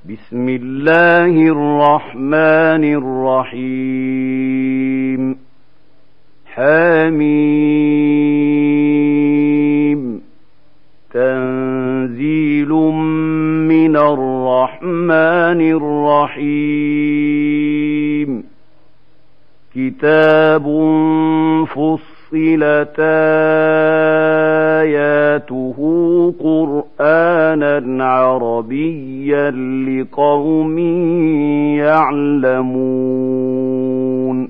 بسم الله الرحمن الرحيم حميم تنزيل من الرحمن الرحيم كتاب فصلت آياته قرآنا عربيا لقوم يعلمون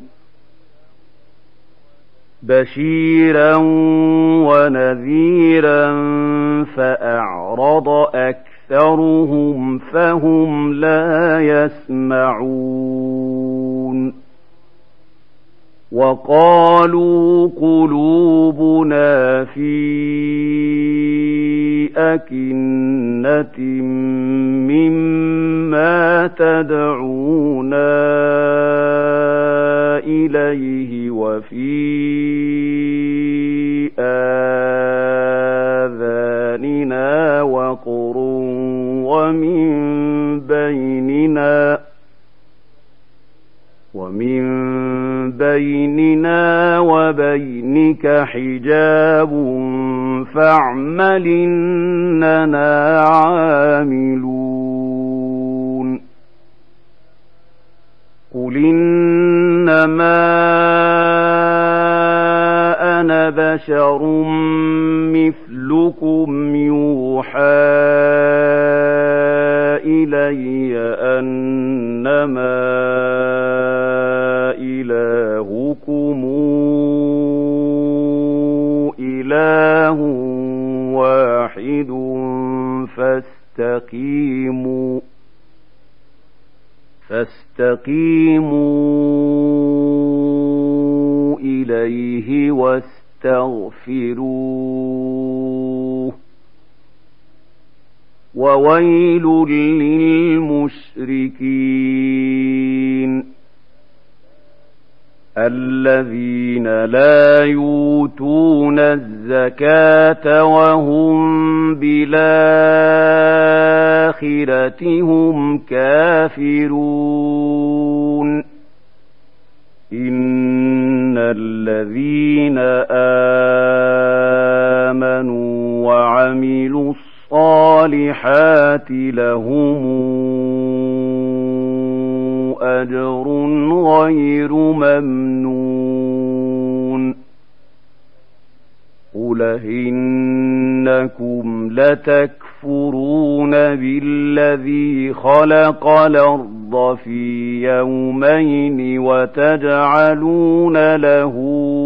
بشيرا ونذيرا فأعرض أكثرهم فهم لا يسمعون وقالوا قلوبنا في أكنة مما تدعونا إليه وفي آذاننا وقر ومن بيننا وبينك حجاب فاعمل إننا عاملون قل إنما أنا بشر مثلكم يوحى إلي أنما إلهكم إله واحد فاستقيموا إليه واستغفروه وويل للمشركين الذين لا يؤتون الزكاة وهم بالآخرة هم كافرون إن الذين آمنوا وعملوا الصالحات لهم أجر غير ممنون قل إنكم لتكفرون بالذي خلق الأرض في يومين وتجعلون له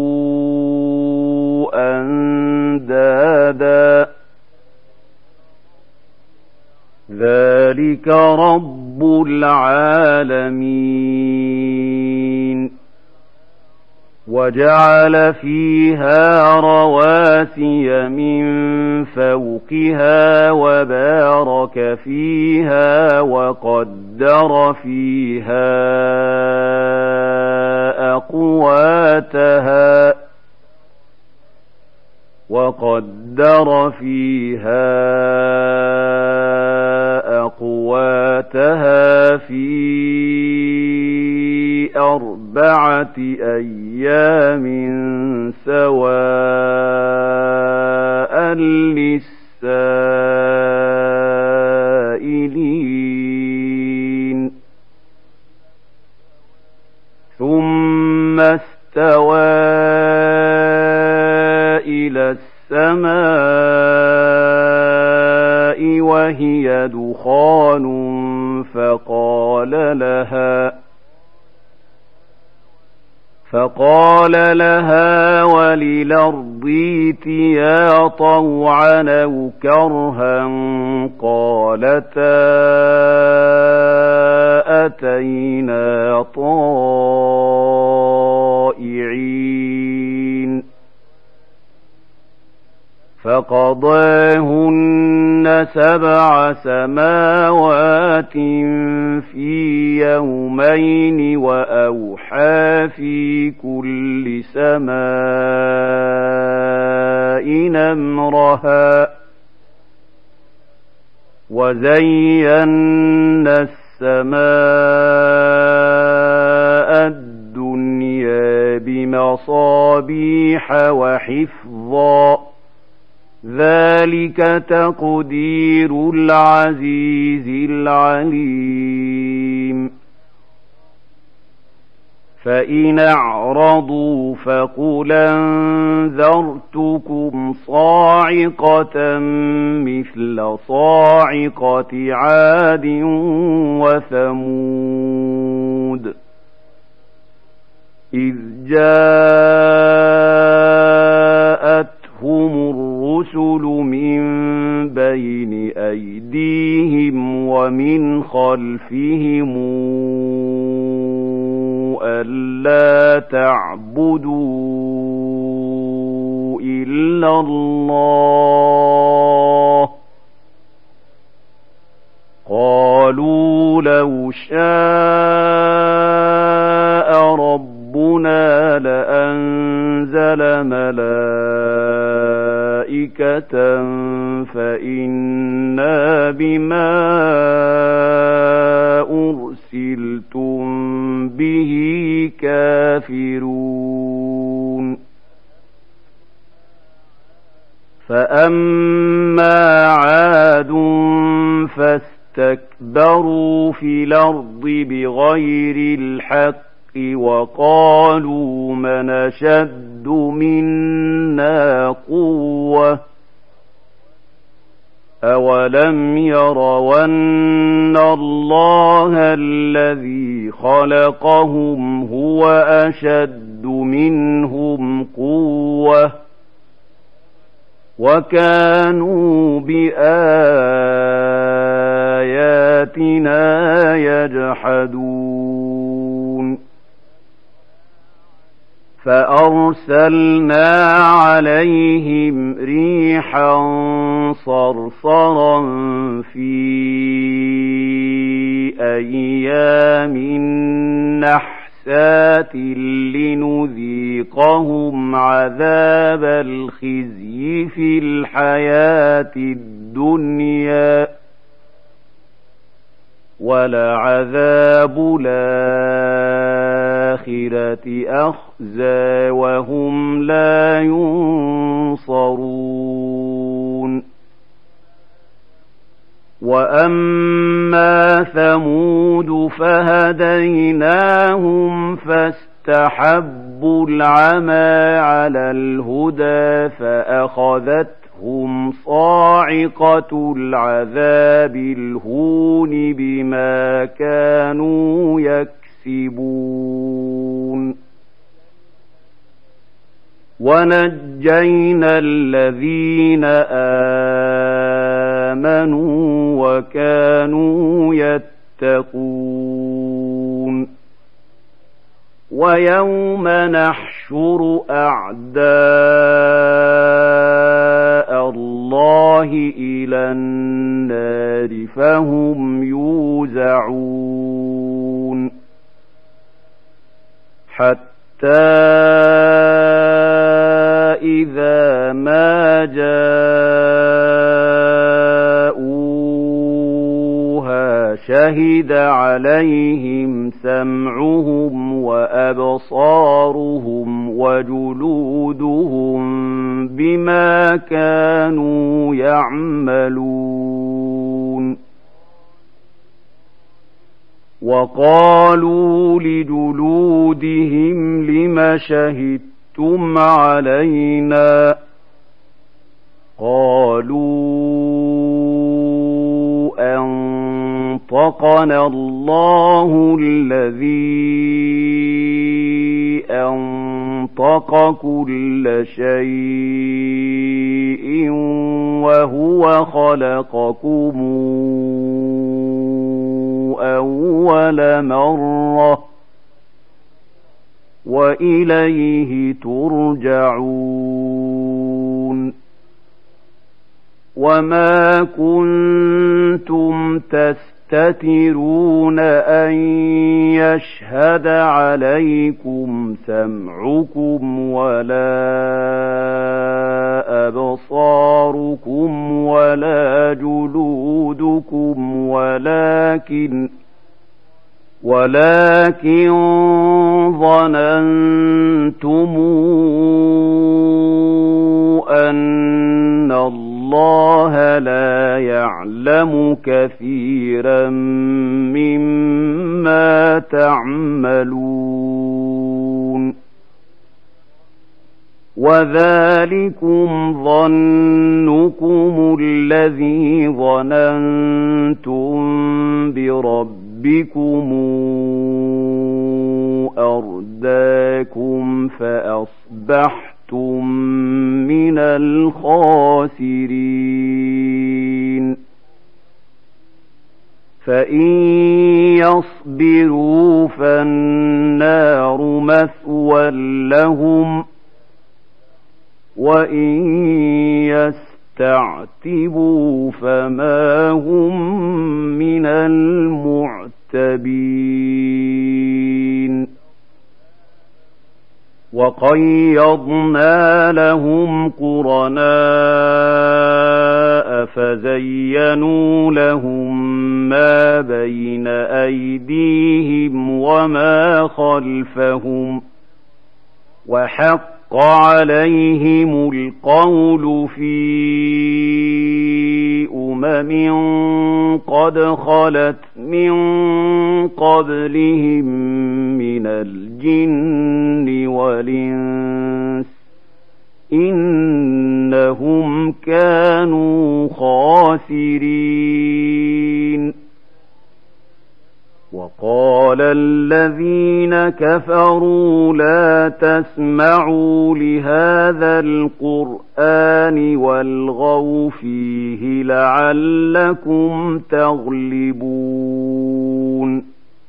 أندادا ذلك رب العالمين وجعل فيها رواسي من فوقها وبارك فيها وقدر فيها أقواتها في 4 أيام سواء للسائلين ثم استوى إلى السماء وهي دخان فقال لها وللأرض ائتيا طوعا أو كرها قالتا أتينا طائعين فقضاهن 7 سماوات في يومين وأوحى في كل سماء أمرها وزينا السماء الدنيا بمصابيح وحفظا ذلك تقدير العزيز العليم فإن أعرضوا فقل أنذرتكم صاعقة مثل صاعقة عاد وثمود إذ جاءتهم الرسل من بين أيديهم ومن خلفهم ألا تعبدوا إلا الله قالوا لو شاء ربنا لأنزل ملائكة فإنا بما أرسلتم به كافرون فأما عاد فاستكبروا في الأرض بغير الحق وقالوا من أشد منا قوة أولم يروا أن الله الذي خلقهم هو أشد منهم قوة وكانوا بآياتنا يجحدون فأرسلنا عليهم ريحا صرصرا في أيام نحسات لنذيقهم عذاب الخزي في الحياة الدنيا ولعذاب الآخرة أخزى وهم لا ينصرون وأما ثمود فهديناهم فاستحبوا العمى على الهدى فأخذتهم صاعقة العذاب الهون بما كانوا يكسبون ونجينا الذين آمنوا وكانوا يتقون ويوم نحشر أعداء الله إلى النار فهم يوزعون حتى إذا ما جاءوها شهد عليهم سمعهم وأبصارهم وجلودهم بما كانوا يعملون وقالوا لجلودهم لم شهدتم علينا قالوا أنطقنا الله الذي أنطق كل شيء وهو خلقكم أول مرة وإليه ترجعون وما كنتم تستطيعون تستترون أن يشهد عليكم سمعكم ولا أبصاركم ولا جلودكم ولكن ظننتم أن الله لا يعلم كثيرا مما تعملون وذلكم ظنكم الذي ظننتم بربكم أرداكم فأصبحتم من الخاسرين فإن يصبروا فالنار مثوى لهم وإن يستعتبوا فما هم من المعتبين وقيضنا لهم قرناء فزينوا لهم ما بين أيديهم وما خلفهم وحق عليهم القول في قد خلت من قبلهم من الجن والإنس إنهم كانوا خاسرين وقال الذين كفروا لا تسمعوا لهذا القرآن والغوا فيه لعلكم تغلبون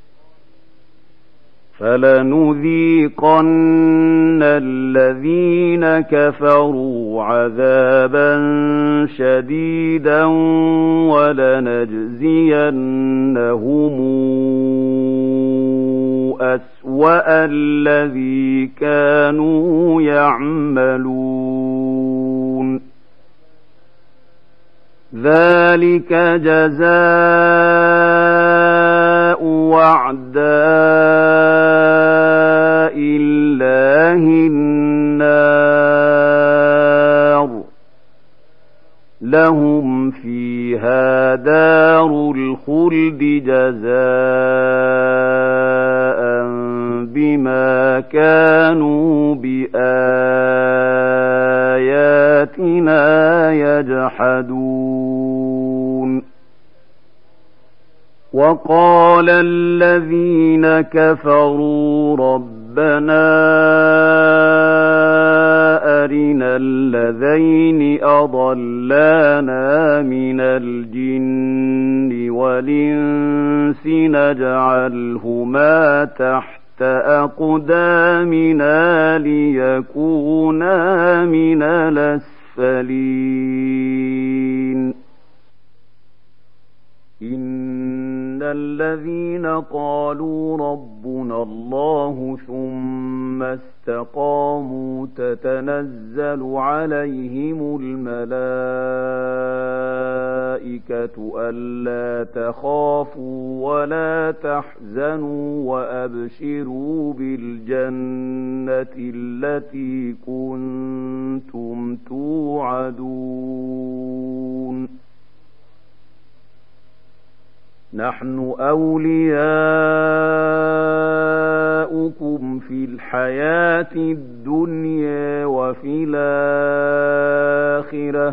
فلنذيقن الذين كفروا عذابا شديدا ولنجزينهم أسوأ الذي كانوا يعملون ذلك جزاء أعداء الله النار لهم فيها دار الخلد جزاء بما كانوا بآياتنا يجحدون وقال الذين كفروا ربنا أرنا الذين أضلانا من الجن والإنس نجعلهما تحت أقدامنا ليكونا من الأسفلين إن الذين قالوا ربنا الله ثم استقاموا تتنزل عليهم الملائكة ألا تخافوا ولا تحزنوا وأبشروا بالجنة التي كنتم توعدون نحن أولياؤكم في الحياة الدنيا وفي الآخرة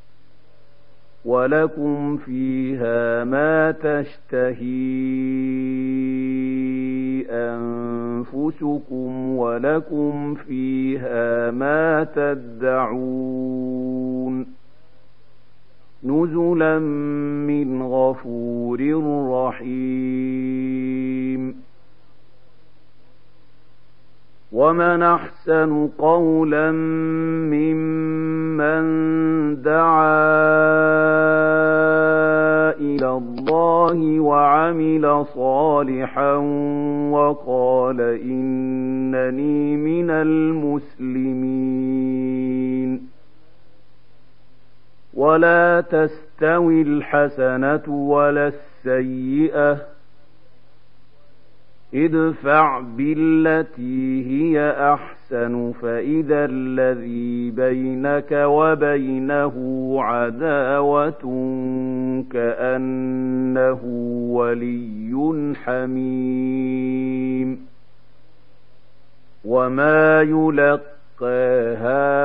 ولكم فيها ما تشتهي أنفسكم ولكم فيها ما تدعون نزلا من غفور رحيم ومن أحسن قولا ممن دعا إلى الله وعمل صالحا وقال إنني من المسلمين. ولا تستوي الحسنة ولا السيئة، ادفع بالتي هي أحسن فإذا الذي بينك وبينه عداوة كأنه ولي حميم. وما يلقاها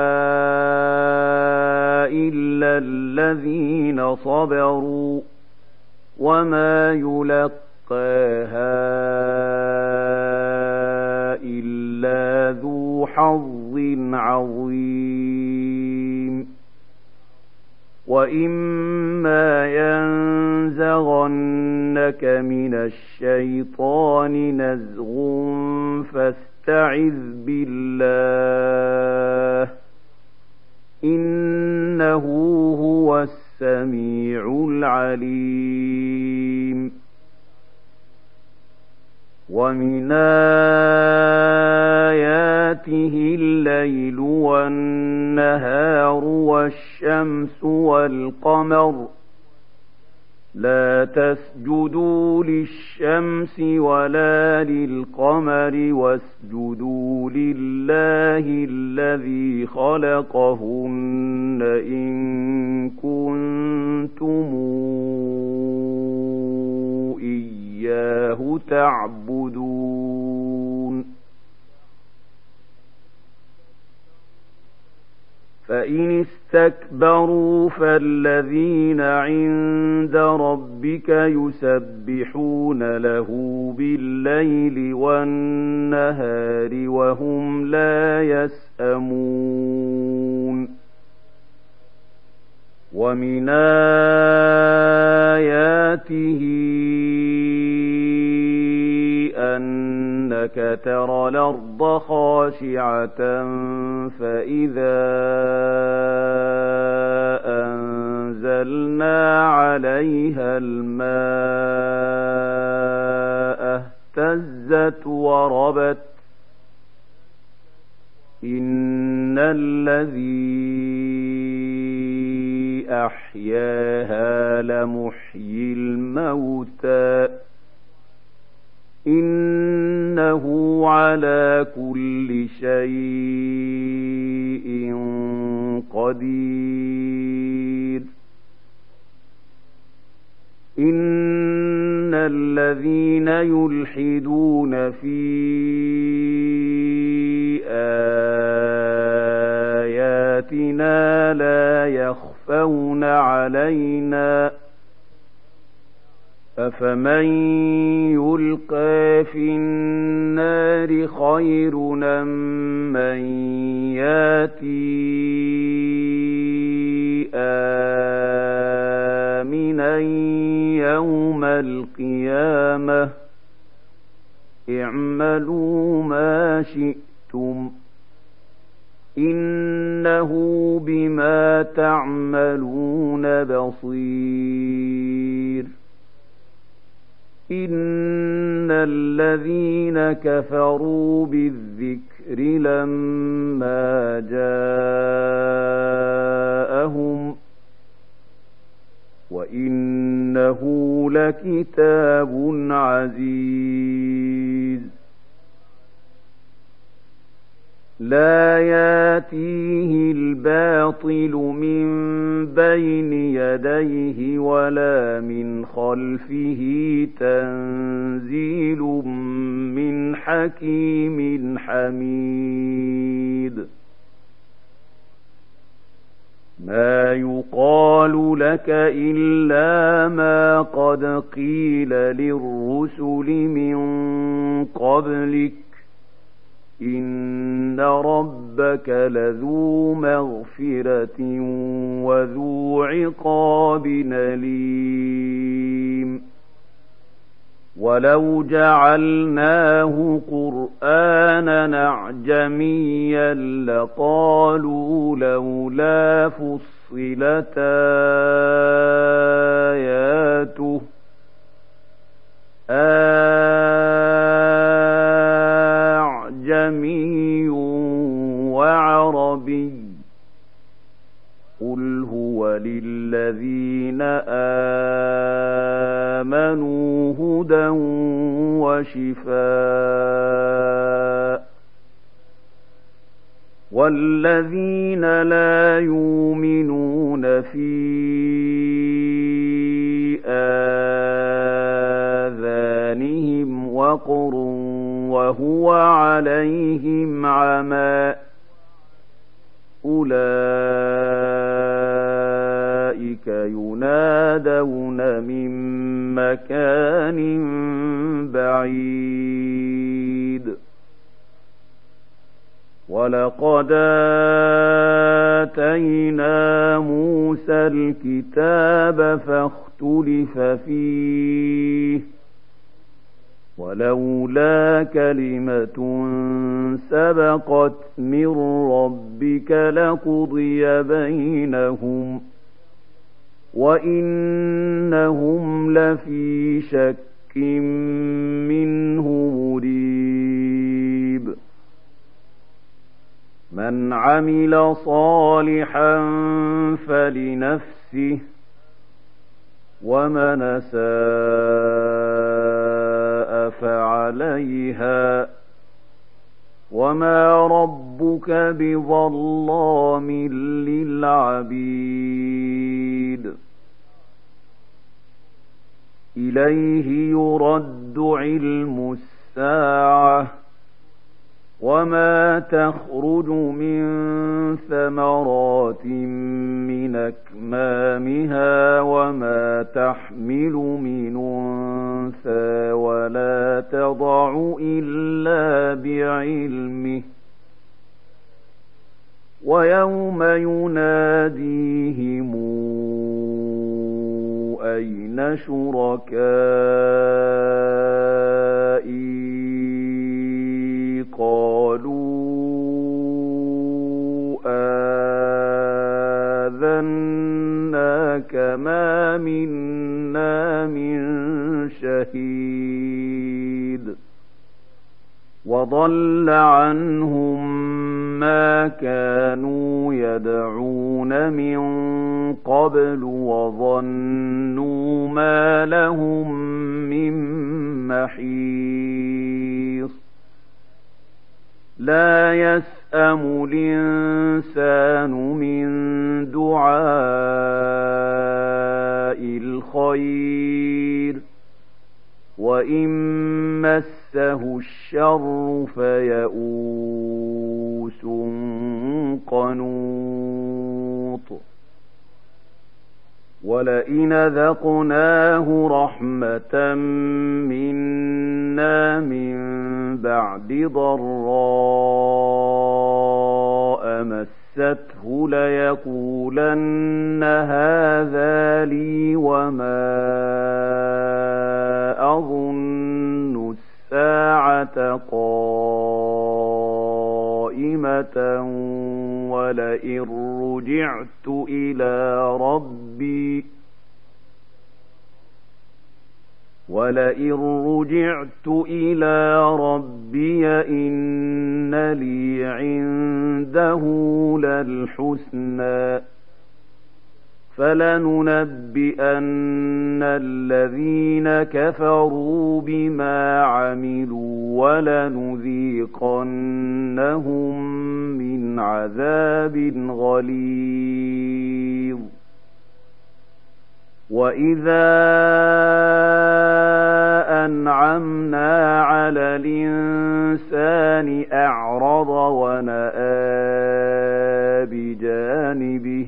إلا الذين صبروا وما يلقاها إلا ذو حظ عظيم. وإما ينزغنك من الشيطان نزغ فاستعذ بالله إنه هو السميع العليم. ومن آياته الليل والنهار والشمس والقمر لا تسجدوا للشمس ولا للقمر واسجدوا لله الذي خلقهن إن كنتم إياه تعبدون. فإن استكبروا فالذين عند ربك يسبحون له بالليل والنهار وهم لا يسأمون. ومن آياته أنك ترى الأرض خاشعة فإذا أنزلنا عليها الماء اهتزت وربت إن الذي أحياها لمحيي الموتى إنه على كل شيء قدير. إن الذين يلحدون في آياتنا لا يخفون علينا أفمن يلقى في النار خير أم من ياتي آمنا يوم القيامة اعملوا ما شئتم إنه بما تعملون بصير. إن الذين كفروا بالذكر لما جاءهم وإنه لكتاب عزيز لا ياتيه الباطل من بين يديه ولا من خلفه تنزيل من حكيم حميد. ما يقال لك إلا ما قد قيل للرسل من قبلك إن ربك لذو مغفرة وذو عقاب أليم. ولو جعلناه قرآنا أعجميا لقالوا لولا فصلت آياته أعجمي وعربي قل هو للذين آمنوا هدى وشفاء والذين لا يؤمنون في آذانهم وقر وهو عليهم عمى أولئك ينادون من مكان بعيد ولقد آتينا موسى الكتاب فاختلف فيه ولولا كلمة سبقت من ربك لقضي بينهم وإنهم لفي شك منه مريب من عمل صالحا فلنفسه ومن أساء فعليها وما ربك بظلام للعبيد إليه يرد علم الساعة وما تخرج من ثمرات من أكمامها وما تحمل من أنثى ولا تضع إلا بعلمه ويوم يناديهم أين شركائي قالوا آذناك ما منا من شهيد وضل عنهم ما كانوا يدعون من قبل وظنوا ما لهم من محيص لا يسأم الإنسان من دعاء الخير وإن مسه الشر فيئوس قنوط ولئن ذقناه رحمة منا من بعد ضراء مسته ليقولن هذا لي وما أظن الساعة قائمة ولئن رجعت إلى ربي إن لي عنده للحسنى فلننبئن الذين كفروا بما عملوا ولنذيقنهم من عذاب غليظ وإذا أنعمنا على الإنسان أعرض ونأى بجانبه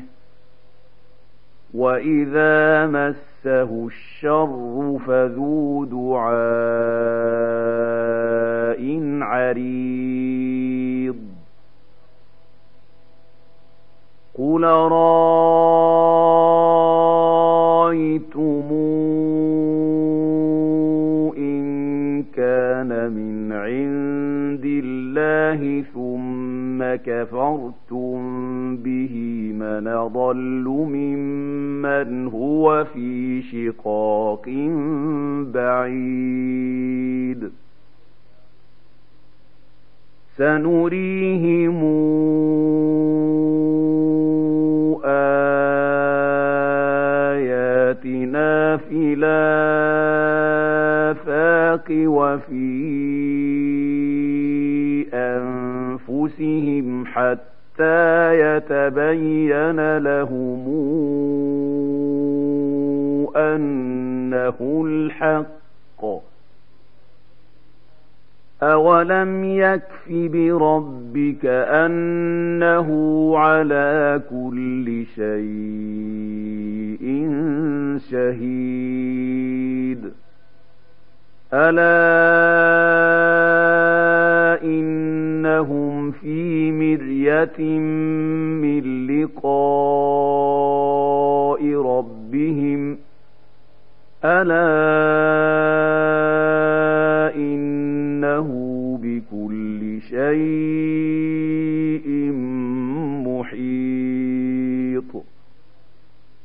وإذا مسه الشر فذو دعاء عريض قل رأيتم إن كان من عند الله ثم كفرتم به من أضل ممن هو في شقاق بعيد سنريهم آياتنا في الآفاق وفي أنفسهم حتى يتبين لهم أنه الحق أولم يكف بربك أنه على كل شيء شهيد ألا إنهم في مرية من لقاء ربهم ألا إنه بكل شيء